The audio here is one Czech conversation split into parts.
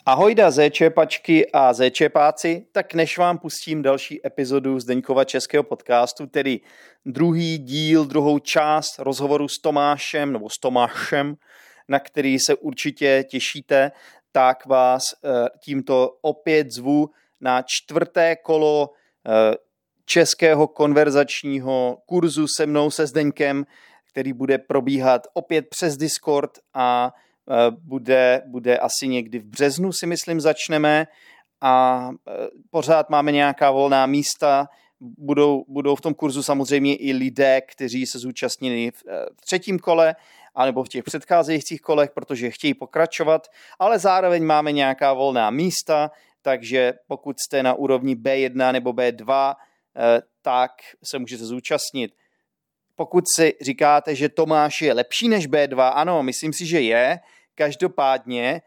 Ahojda zéčepačky a zéčepáci, tak než vám pustím další epizodu Zdeňkova českého podcastu, tedy druhý díl, druhou část rozhovoru s Tomášem, na který se určitě těšíte, tak vás tímto opět zvu na 4. kolo českého konverzačního kurzu se mnou, se Zdeňkem, který bude probíhat opět přes Discord a bude asi někdy v březnu, si myslím, začneme a pořád máme nějaká volná místa. Budou v tom kurzu samozřejmě i lidé, kteří se zúčastnili v 3. kole anebo v těch předcházejících kolech, protože chtějí pokračovat, ale zároveň máme nějaká volná místa, takže pokud jste na úrovni B1 nebo B2, tak se můžete zúčastnit. Pokud si říkáte, že Tomáš je lepší než B2, ano, myslím si, že je. Každopádně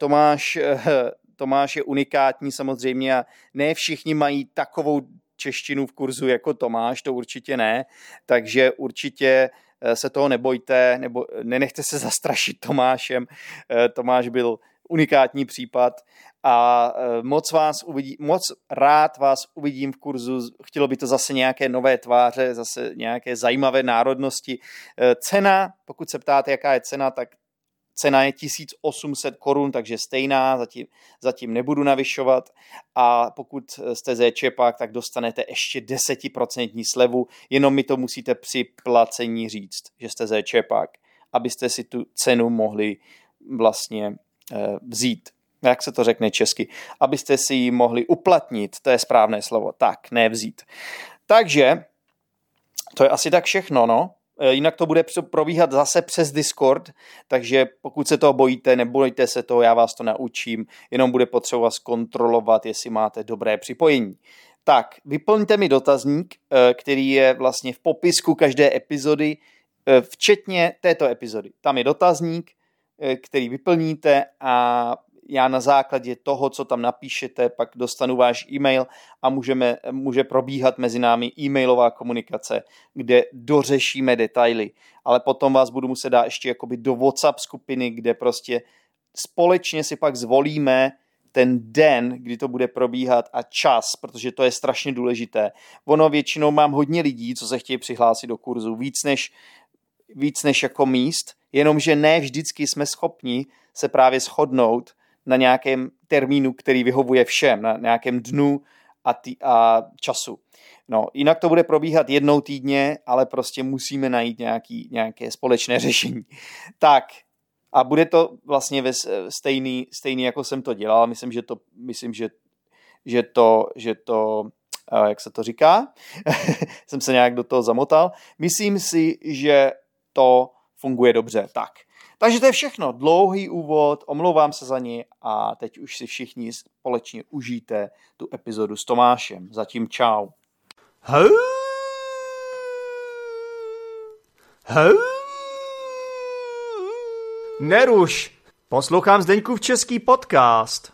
Tomáš je unikátní samozřejmě a ne všichni mají takovou češtinu v kurzu jako Tomáš, to určitě ne, takže určitě se toho nebojte, nebo nenechte se zastrašit Tomášem. Tomáš byl unikátní případ a moc rád vás uvidím v kurzu. Chtělo by to zase nějaké nové tváře, zase nějaké zajímavé národnosti. Cena, pokud se ptáte, jaká je cena, tak cena je 1800 korun, takže stejná, zatím nebudu navyšovat a pokud jste zéčepák, tak dostanete ještě 10% slevu, jenom mi to musíte při placení říct, že jste zéčepák, abyste si tu cenu mohli vlastně vzít. Jak se to řekne česky? Abyste si ji mohli uplatnit, to je správné slovo, tak, ne vzít. Takže, to je asi tak všechno, no. Jinak to bude probíhat zase přes Discord, takže pokud se toho bojíte, nebojte se toho, já vás to naučím, jenom bude potřeba zkontrolovat, jestli máte dobré připojení. Tak, vyplňte mi dotazník, který je vlastně v popisku každé epizody, včetně této epizody. Tam je dotazník, který vyplníte a já na základě toho, co tam napíšete, pak dostanu váš e-mail a může probíhat mezi námi e-mailová komunikace, kde dořešíme detaily. Ale potom vás budu muset dát ještě jakoby do WhatsApp skupiny, kde prostě společně si pak zvolíme ten den, kdy to bude probíhat a čas, protože to je strašně důležité. Ono většinou mám hodně lidí, co se chtějí přihlásit do kurzu, víc než jako míst, jenomže ne vždycky jsme schopni se právě shodnout na nějakém termínu, který vyhovuje všem, na nějakém dnu a času. No, jinak to bude probíhat jednou týdně, ale prostě musíme najít nějaké společné řešení. Tak, a bude to vlastně stejný, jako jsem to dělal. Myslím, že to jak se to říká? Jsem se nějak do toho zamotal. Myslím si, že to funguje dobře. Takže to je všechno. Dlouhý úvod, omlouvám se za ní a teď už si všichni společně užijte tu epizodu s Tomášem. Zatím čau. Neruš, poslouchám Zdeňkův český podcast.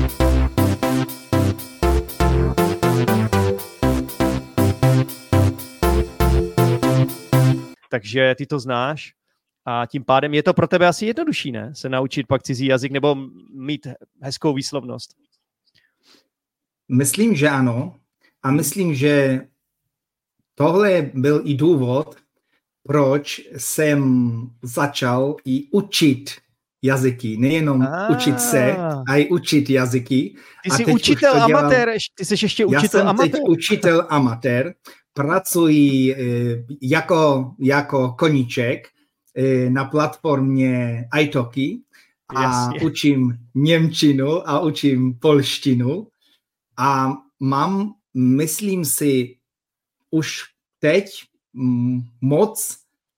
Takže ty to znáš a tím pádem je to pro tebe asi jednodušší, ne? Se naučit pak cizí jazyk nebo mít hezkou výslovnost. Myslím, že ano. A myslím, že tohle byl i důvod, proč jsem začal i učit jazyky. Nejenom učit se, ale i učit jazyky. Ty jsi učitel amatér, ty jsi ještě učitel amatér. Já jsem teď učitel amatér. Pracuji jako koníček na platformě italki a učím němčinu a učím polštinu a mám, myslím si, už teď moc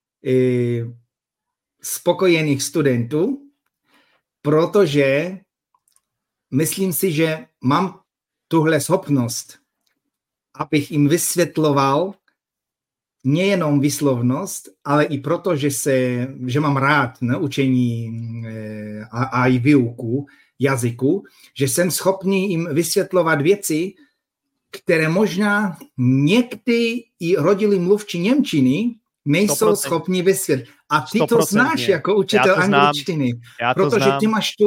spokojených studentů, protože myslím si, že mám tuhle schopnost, abych jim vysvětloval nejenom výslovnost, ale i proto, že mám rád učení a i výuku jazyku, že jsem schopný jim vysvětlovat věci, které možná někdy i rodilí mluvčí němčiny nejsou 100%. Schopni vysvětlit. A ty 100%. To znáš jako učitel angličtiny, protože ty máš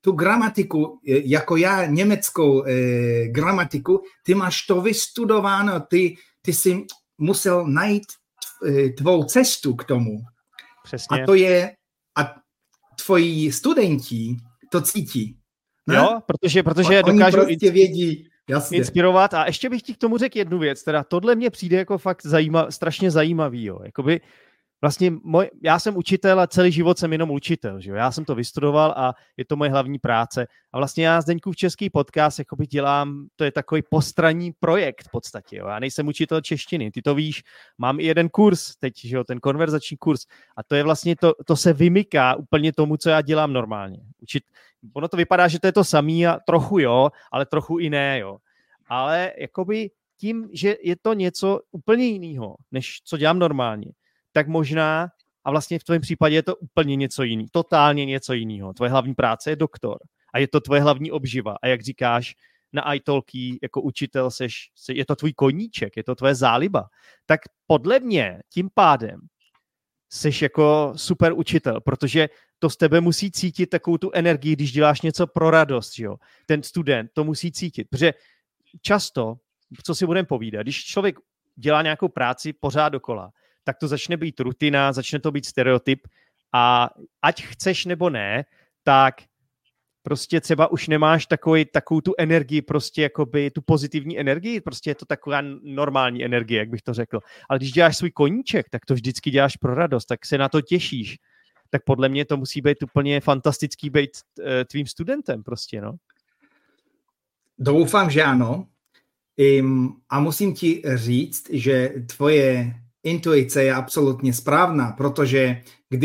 tu gramatiku, jako já německou gramatiku, ty máš to vystudováno, ty si musel najít tvou cestu k tomu. Přesně. A tvoji studenti to cítí. Ne? Jo, protože dokážou prostě vědí, jasně. Inspirovat. A ještě bych ti k tomu řekl jednu věc, teda tohle mně přijde jako fakt strašně zajímavý, jo. Jakoby vlastně já jsem učitel a celý život jsem jenom učitel, že jo. Já jsem to vystudoval a je to moje hlavní práce. A vlastně já Zdeňkův český podcast jakoby dělám, to je takový postranní projekt v podstatě, jo. Já nejsem učitel češtiny, ty to víš, mám i jeden kurz teď, že jo, ten konverzační kurz a to je vlastně to se vymyká úplně tomu, co já dělám normálně. Ono to vypadá, že to je to samý a trochu jo, ale trochu i ne, jo. Ale jakoby tím, že je to něco úplně jiného, než co dělám normálně, tak možná, a vlastně v tvém případě je to úplně něco jiného, totálně něco jiného. Tvoje hlavní práce je doktor a je to tvoje hlavní obživa. A jak říkáš, na iTalki jako učitel je to tvůj koníček, je to tvoje záliba. Tak podle mě tím pádem seš jako super učitel, protože to z tebe musí cítit takovou tu energii, když děláš něco pro radost, že jo. Ten student to musí cítit, protože často, co si budeme povídat, když člověk dělá nějakou práci pořád dokola, tak to začne být rutina, začne to být stereotyp a ať chceš nebo ne, tak prostě třeba už nemáš takovou tu energii, prostě jakoby tu pozitivní energii, prostě je to taková normální energie, jak bych to řekl. Ale když děláš svůj koníček, tak to vždycky děláš pro radost, tak se na to těšíš. Tak podle mě to musí být úplně fantastický být tvým studentem prostě, no. Doufám, že ano. A musím ti říct, že tvoje intuice je absolutně správná, protože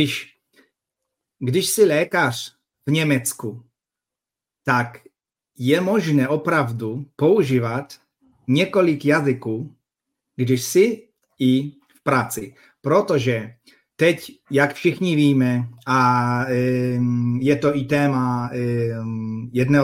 když jsi lékař v Německu, tak je možné opravdu používat několik jazyků, když jsi i v práci. Protože teď, jak všichni víme, a je to i téma jedné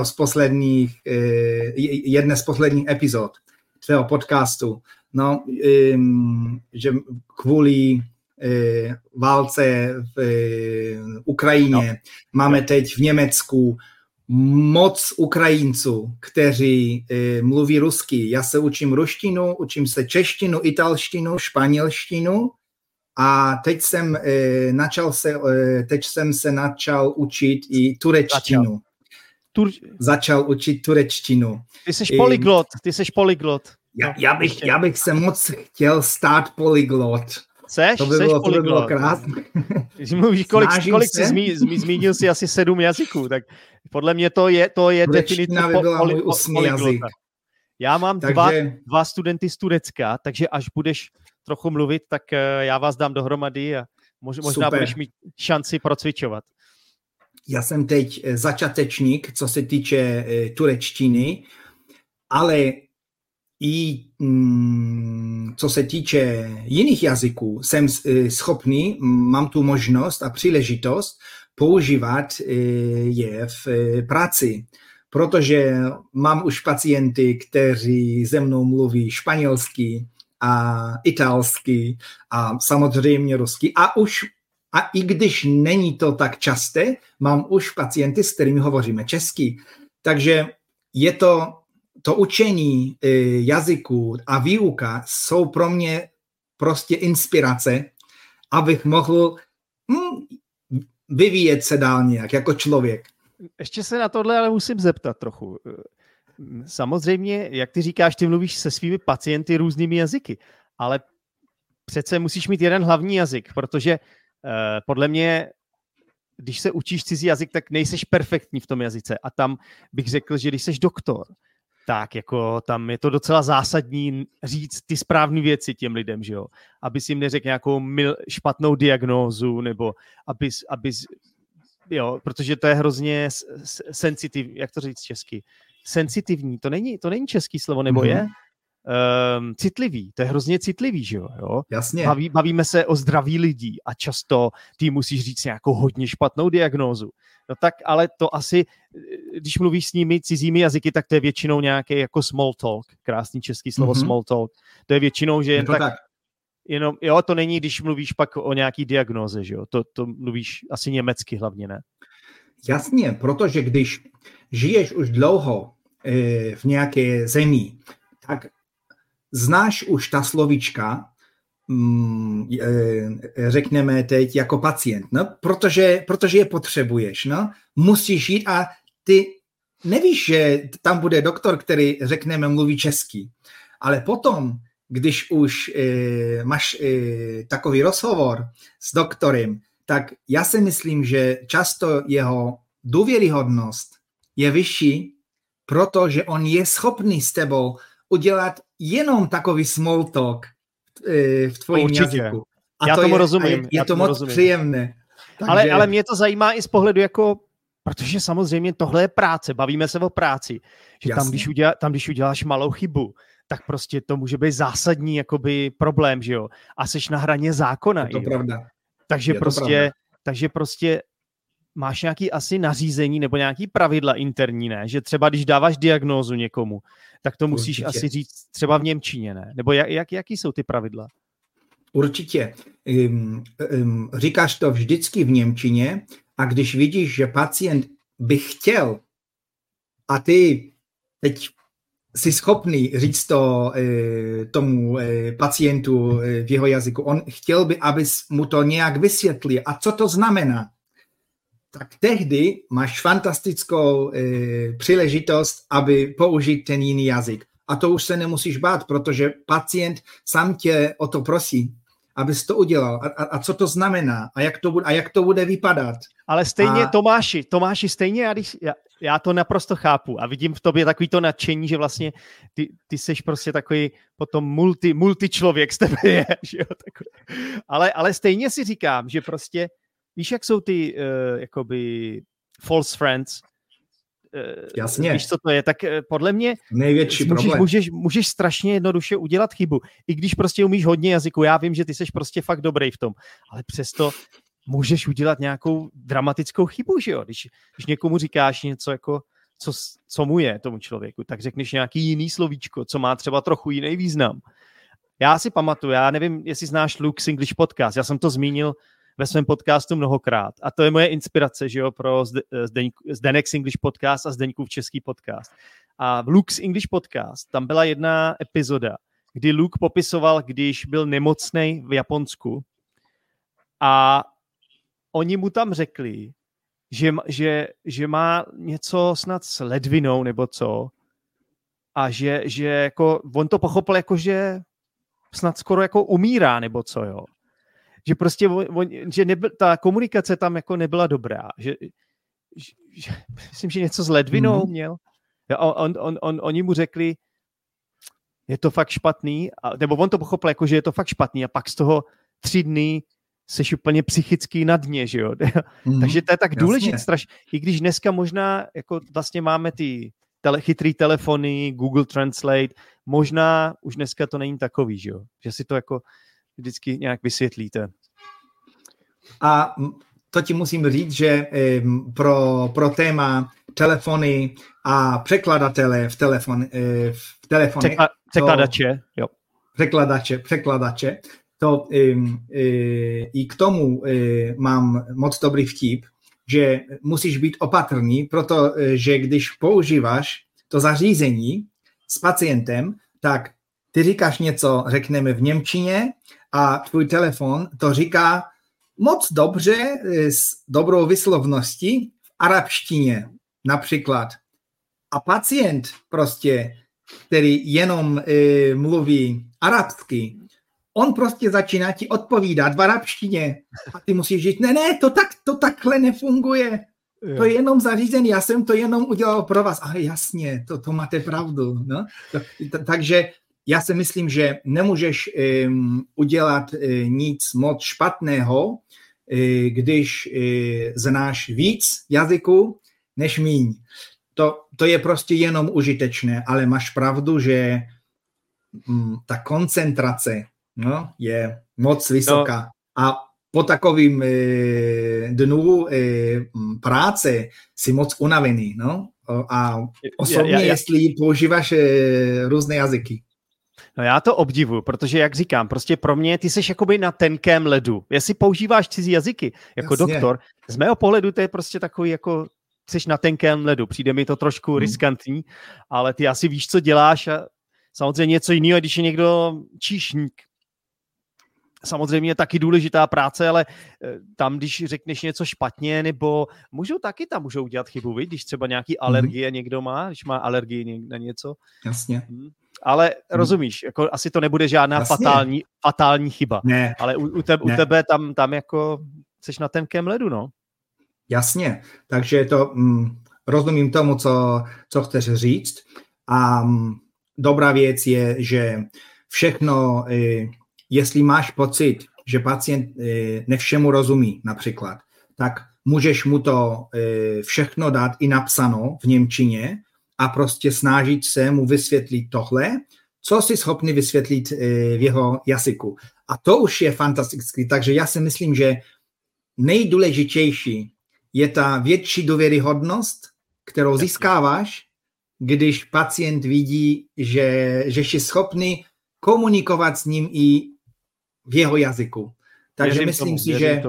z posledních epizod tvého podcastu, no, že kvůli válce v Ukrajině máme teď v Německu moc Ukrajinců, kteří mluví rusky. Já se učím ruštinu, učím se češtinu, italštinu, španělštinu a teď jsem se načal učit i turečtinu. Začal učit turečtinu. Ty jsi polyglot. Já bych se moc chtěl stát polyglot. To by bylo krásné. Kolik jsi zmínil si asi 7 jazyků, tak podle mě to je definice polyglota. Já mám dva studenty z Turecka, takže až budeš trochu mluvit, tak já vás dám dohromady a možná budeš mít šanci procvičovat. Já jsem teď začátečník, co se týče turečtiny, ale i co se týče jiných jazyků, jsem schopný, mám tu možnost a příležitost používat je v práci, protože mám už pacienty, kteří se mnou mluví španělsky a italsky a samozřejmě rusky a i když není to tak časté, mám už pacienty, s kterými hovoříme česky. Takže je to učení jazyku a výuka jsou pro mě prostě inspirace, abych mohl vyvíjet se dál nějak jako člověk. Ještě se na tohle ale musím zeptat trochu. Samozřejmě, jak ty říkáš, ty mluvíš se svými pacienty různými jazyky, ale přece musíš mít jeden hlavní jazyk, protože podle mě, když se učíš cizí jazyk, tak nejseš perfektní v tom jazyce a tam bych řekl, že když seš doktor, tak jako tam je to docela zásadní říct ty správné věci těm lidem, že jo? Abys jim neřekl nějakou špatnou diagnózu, nebo abys jo, protože to je hrozně sensitivní, jak to říct česky? Sensitivní, to není český slovo, nebo je? Citlivý, to je hrozně citlivý, že jo? Jasně. Bavíme se o zdraví lidí a často ty musíš říct nějakou hodně špatnou diagnózu. No tak, ale to asi, když mluvíš s nimi cizími jazyky, tak to je většinou nějaký jako small talk, krásný český slovo small talk. To je většinou, že jen tak jenom, jo, to není, když mluvíš pak o nějaký diagnóze, že jo? To mluvíš asi německy hlavně, ne? Jasně, protože když žiješ už dlouho v nějaké zemi, tak znáš už ta slovíčka, řekneme teď jako pacient, no? protože je potřebuješ. No? Musíš jít a ty nevíš, že tam bude doktor, který, řekneme, mluví česky. Ale potom, když už máš takový rozhovor s doktorem, tak já si myslím, že často jeho důvěryhodnost je vyšší, protože on je schopný s tebou udělat jenom takový small talk v tvojím jazyku. A já tomu rozumím. Je to moc příjemné. Takže... Ale mě to zajímá i z pohledu jako, protože samozřejmě tohle je práce, bavíme se o práci, že tam, když uděláš malou chybu, tak prostě to může být zásadní jakoby problém, že jo? A seš na hraně zákona. Je to pravda. Takže prostě máš nějaký asi nařízení nebo nějaký pravidla interní, ne? Že třeba když dáváš diagnózu někomu, tak to musíš asi říct třeba v němčině, ne? Nebo jaký jsou ty pravidla? Určitě. Říkáš to vždycky v němčině a když vidíš, že pacient by chtěl a ty teď jsi schopný říct to tomu pacientu v jeho jazyku, on chtěl by, abys mu to nějak vysvětlil. A co to znamená? Tak tehdy máš fantastickou příležitost, aby použít ten jiný jazyk. A to už se nemusíš bát, protože pacient sám tě o to prosí, abys to udělal. A co to znamená? A jak to bude vypadat? Ale stejně, Tomáši, stejně já to naprosto chápu a vidím v tobě takový to nadšení, že vlastně ty seš prostě takový potom multi člověk z tebe je. Že jo, ale stejně si říkám, že prostě víš, jak jsou ty jakoby false friends? Jasně. Víš, co to je? Tak podle mě můžeš strašně jednoduše udělat chybu. I když prostě umíš hodně jazyků, já vím, že ty seš prostě fakt dobrý v tom, ale přesto můžeš udělat nějakou dramatickou chybu, že jo? Když někomu říkáš něco jako, co mu je tomu člověku, tak řekneš nějaký jiný slovíčko, co má třeba trochu jiný význam. Já si pamatuju, já nevím, jestli znáš Luke's English Podcast, já jsem to zmínil ve svém podcastu mnohokrát. A to je moje inspirace, že jo, pro Zdenek's English Podcast a Zdeňkův český podcast. A v Luke's English Podcast tam byla jedna epizoda, kdy Luke popisoval, když byl nemocnej v Japonsku a oni mu tam řekli, že má něco snad s ledvinou nebo co a že jako, on to pochopil jako, že snad skoro jako umírá nebo co, jo. Že prostě ta komunikace tam jako nebyla dobrá. Že myslím, že něco s ledvinou měl. Oni mu řekli, je to fakt špatný, nebo on to pochopil jako, že je to fakt špatný a pak z toho 3 dny seš úplně psychicky na dně, že jo. Takže to je tak důležité strašně. I když dneska možná jako vlastně máme ty chytrý telefony, Google Translate, možná už dneska to není takový, že jo. Že si to jako vždycky nějak vysvětlíte. A to ti musím říct, že pro téma telefony a překladatele v telefonech. Překladače, jo. Překladače. To i k tomu mám moc dobrý vtip, že musíš být opatrný, protože když používáš to zařízení s pacientem, tak ty říkáš něco, řekneme v němčině a tvůj telefon to říká moc dobře s dobrou vyslovností v arabštině například. A pacient prostě, který jenom mluví arabsky, on prostě začíná ti odpovídat v arabštině a ty musíš říct, ne, to takhle nefunguje. To je jenom zařízení, já jsem to jenom udělal pro vás. Ale jasně, to máte pravdu. No? Takže já si myslím, že nemůžeš udělat nic moc špatného, když znáš víc jazyků než míň. To je prostě jenom užitečné, ale máš pravdu, že ta koncentrace je moc vysoká. A po takovým dnu práce si moc unavený. No? A osobně, jestli používáš různé jazyky. No já to obdivuju, protože jak říkám, prostě pro mě ty seš jakoby na tenkém ledu. Jestli používáš cizí jazyky jako doktor, z mého pohledu to je prostě takový jako seš na tenkém ledu. Přijde mi to trošku riskantní, ale ty asi víš, co děláš a samozřejmě něco jiného, když je někdo číšník. Samozřejmě je taky důležitá práce, ale tam, když řekneš něco špatně, nebo můžou udělat chybu, když třeba nějaký alergie někdo má, když má alergii na něco. Jasně. Ale rozumíš, jako asi to nebude žádná fatální chyba. Ne. Ale u tebe tam jako seš na tenkém ledu, no. Jasně, takže to rozumím tomu, co chceš říct. A dobrá věc je, že všechno, jestli máš pocit, že pacient ne všemu rozumí například, tak můžeš mu to všechno dát i napsáno v němčině a prostě snažit se mu vysvětlit tohle, co jsi schopný vysvětlit v jeho jazyku. A to už je fantastické. Takže já si myslím, že nejdůležitější je ta větší důvěryhodnost, kterou získáváš, když pacient vidí, že jsi schopný komunikovat s ním i v jeho jazyku. Takže myslím si, že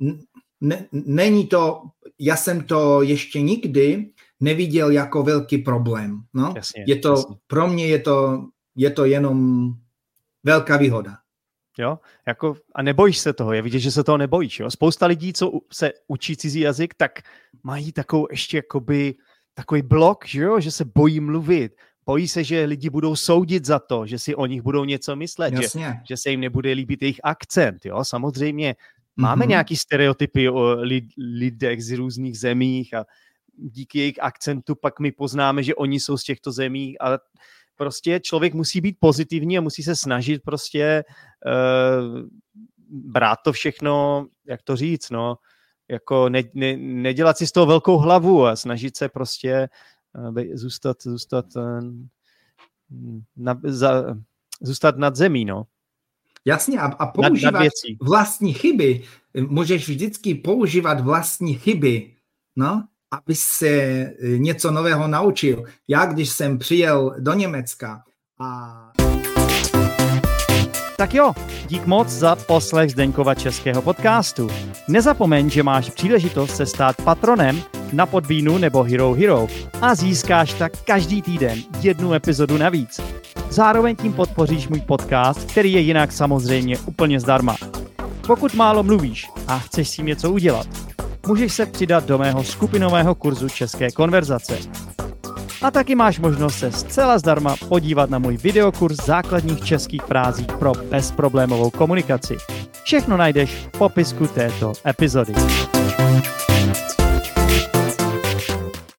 není to, já jsem to ještě nikdy neviděl jako velký problém. No? Jasně. Pro mě je to jenom velká výhoda. Jo, jako, a nebojíš se toho, je vidět, že se toho nebojíš. Jo? Spousta lidí, co se učí cizí jazyk, tak mají takovou ještě jakoby, takový blok, že se bojí mluvit. Bojí se, že lidi budou soudit za to, že si o nich budou něco myslet, že se jim nebude líbit jejich akcent. Jo? Samozřejmě máme nějaký stereotypy o lidech z různých zemích a díky jejich akcentu pak my poznáme, že oni jsou z těchto zemí, ale prostě člověk musí být pozitivní a musí se snažit prostě brát to všechno, jak to říct, no, jako nedělat si z toho velkou hlavu a snažit se prostě zůstat nad zemí, no. Jasně, a používat vlastní chyby. Můžeš vždycky používat vlastní chyby, no, aby se něco nového naučil. Já, když jsem přijel do Německa a... Tak jo, dík moc za poslech Zdeňkova českého podcastu. Nezapomeň, že máš příležitost se stát patronem na Podbeanu nebo Hero a získáš tak každý týden 1 epizodu navíc. Zároveň tím podpoříš můj podcast, který je jinak samozřejmě úplně zdarma. Pokud málo mluvíš a chceš s tím něco udělat, můžeš se přidat do mého skupinového kurzu české konverzace. A taky máš možnost se zcela zdarma podívat na můj videokurs základních českých frází pro bezproblémovou komunikaci. Všechno najdeš v popisku této epizody.